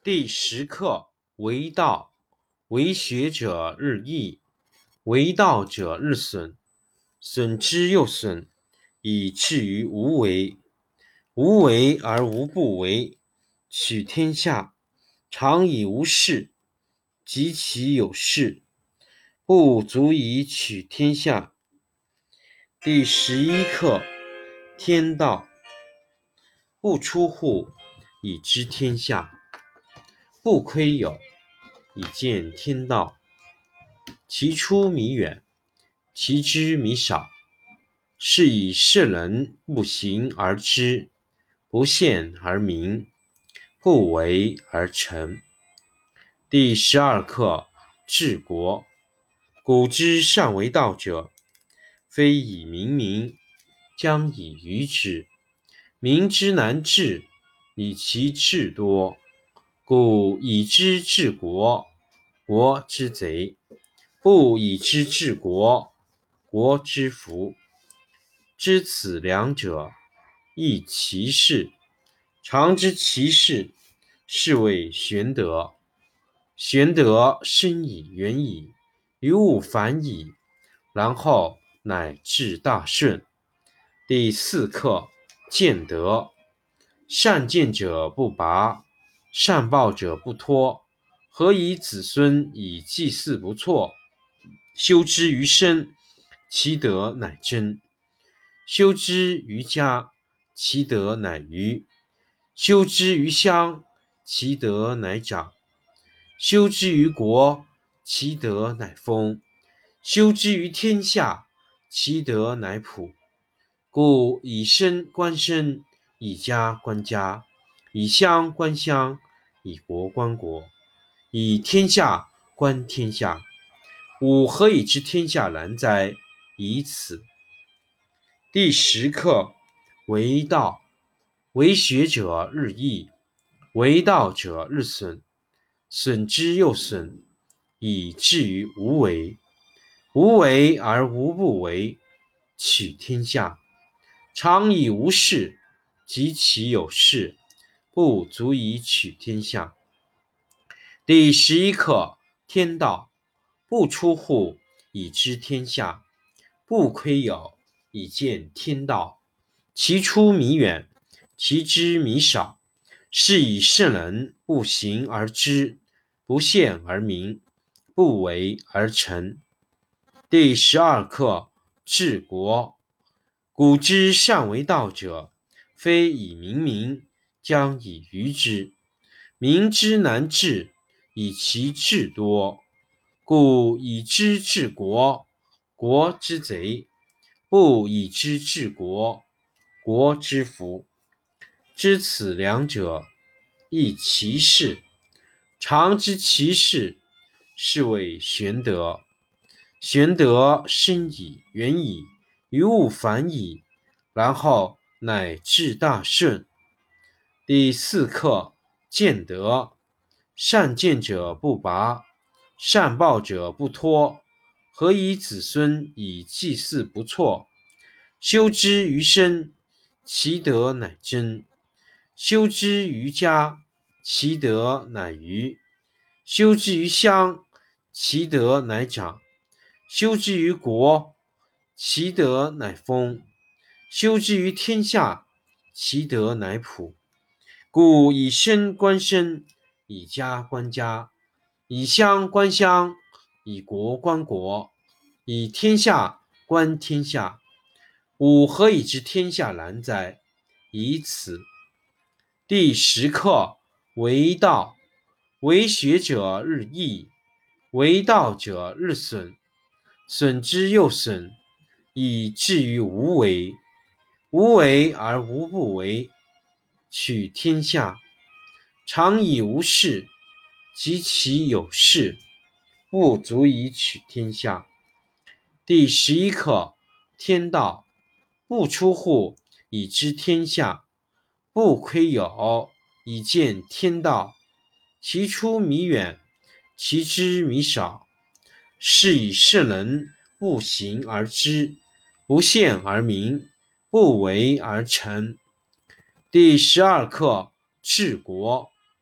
第10课为道，为学者日益，为道者日损，损之又损，以至于无为。无为而无不为，取天下常以无事，及其有事，不足以取天下。第11课天道，不出户，以知天下；不窥有，以见天道。其出弥远，其知弥少，是以圣人不行而知，不见而明，不为而成。第12课治国。古之善为道者，非以明民，将以愚之。民之难治，以其智多。故以知治国，国之贼；不以知治国，国之福。知此两者，亦其事。常知其事，是谓玄德。玄德深矣远矣，于物反矣，然后乃至大顺。第4课见德。善见者不拔，善报者不脱。何以子孙以祭祀不辍？修之于身，其德乃真；修之于家，其德乃余；修之于乡，其德乃长；修之于国，其德乃丰；修之于天下，其德乃普。故以身观身，以家观家，以乡观乡，以国观国，以天下观天下。吾何以知天下然哉？以此。第10课为道，为学者日益，为道者日损，损之又损，以至于无为。无为而无不为，取天下常以无事，及其有事，不足以取天下。第11课天道。不出户，以知天下；不窥有，以见天道。其出弥远，其知弥少，是以圣人不行而知，不见而明，不为而成。第12课治国。古之善为道者，非以明民，将以愚之。民之难治，以其智多。故以知治国，国之贼；不以知治国，国之福。知此两者，亦其事。常知其事，是谓玄德。玄德深矣远矣，于物反矣，然后乃至大顺。第4课见德。善见者不拔，善报者不脱。何以子孙以祭祀不辍？修之于身，其德乃真；修之于家，其德乃余；修之于乡，其德乃长；修之于国，其德乃丰；修之于天下，其德乃普。故以身观身，以家观家，以乡观乡，以国观国，以天下观天下。吾何以知天下然哉？以此。第10课为道，为学者日益，为道者日损，损之又损，以至于无为。无为而无不为，取天下常以无事，及其有事，不足以取天下。第11课天道。不出户，以知天下；不窥有，以见天道。其出弥远，其知弥少，是以圣人不行而知，不见而明，不为而成。第12课治国。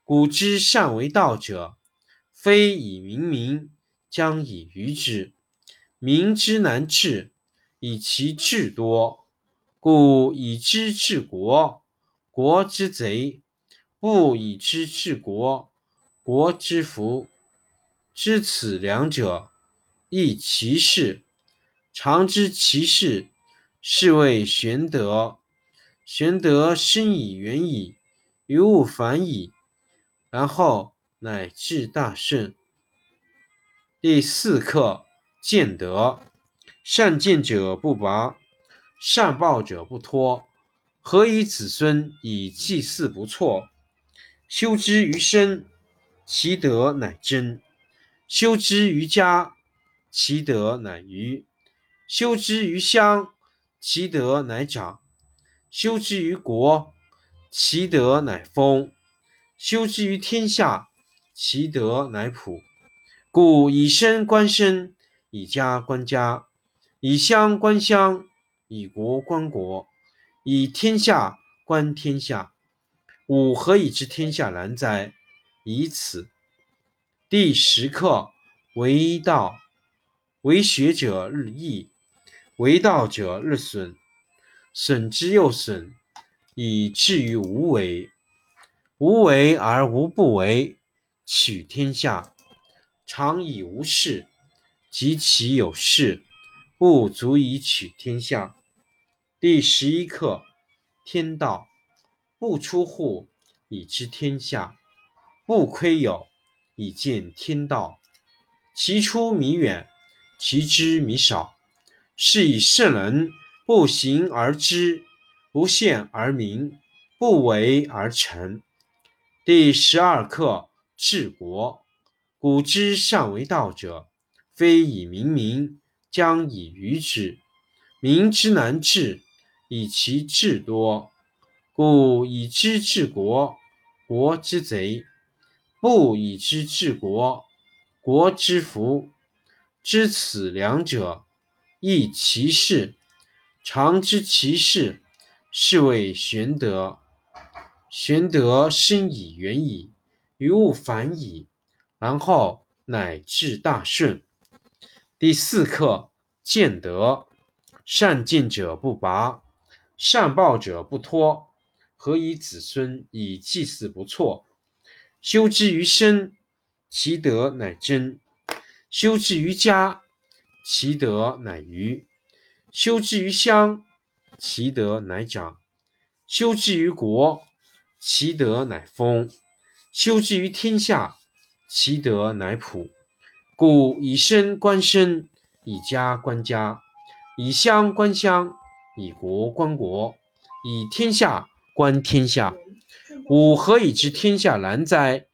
古之善为道者，非以明民，将以愚之。民之难治，以其智多。故以知治国，国之贼；不以知治国，国之福。知此两者，亦其事。常知其事，是谓玄德。玄德深以远矣，于物反矣，然后乃至大顺。第四课，见德。善见者不拔，善报者不脱。何以子孙以祭祀不辍？修之于身，其德乃真；修之于家，其德乃余；修之于乡，其德乃长；修之于国，其德乃丰；修之于天下，其德乃普。故以身观身，以家观家，以乡观乡，以国观国，以天下观天下。吾何以知天下然哉？以此。第十课，为道。为学者日益，为道者日损，损之又损，以至于无为。无为而无不为，取天下常以无事，及其有事，不足以取天下。第11课，天道。不出户，以知天下；不窥牖，以见天道。其出弥远，其知弥少。是以圣人不行而知，不见而明，不为而成。第12课，治国。古之善为道者，非以明民，将以愚之。民之难治，以其智多。故以知治国，国之贼；不以知治国，国之福。知此两者，亦其事。常知其事，是谓玄德。玄德深以远矣，于物反矣，然后乃至大顺。第四课，见德。善见者不拔，善报者不脱。何以子孙以祭祀不辍？修之于身，其德乃真；修之于家，其德乃余；修之于乡，其德乃长；修之于国，其德乃丰；修之于天下，其德乃普。故以身观身，以家观家，以乡观乡，以国观国，以天下观天下。吾何以知天下然哉？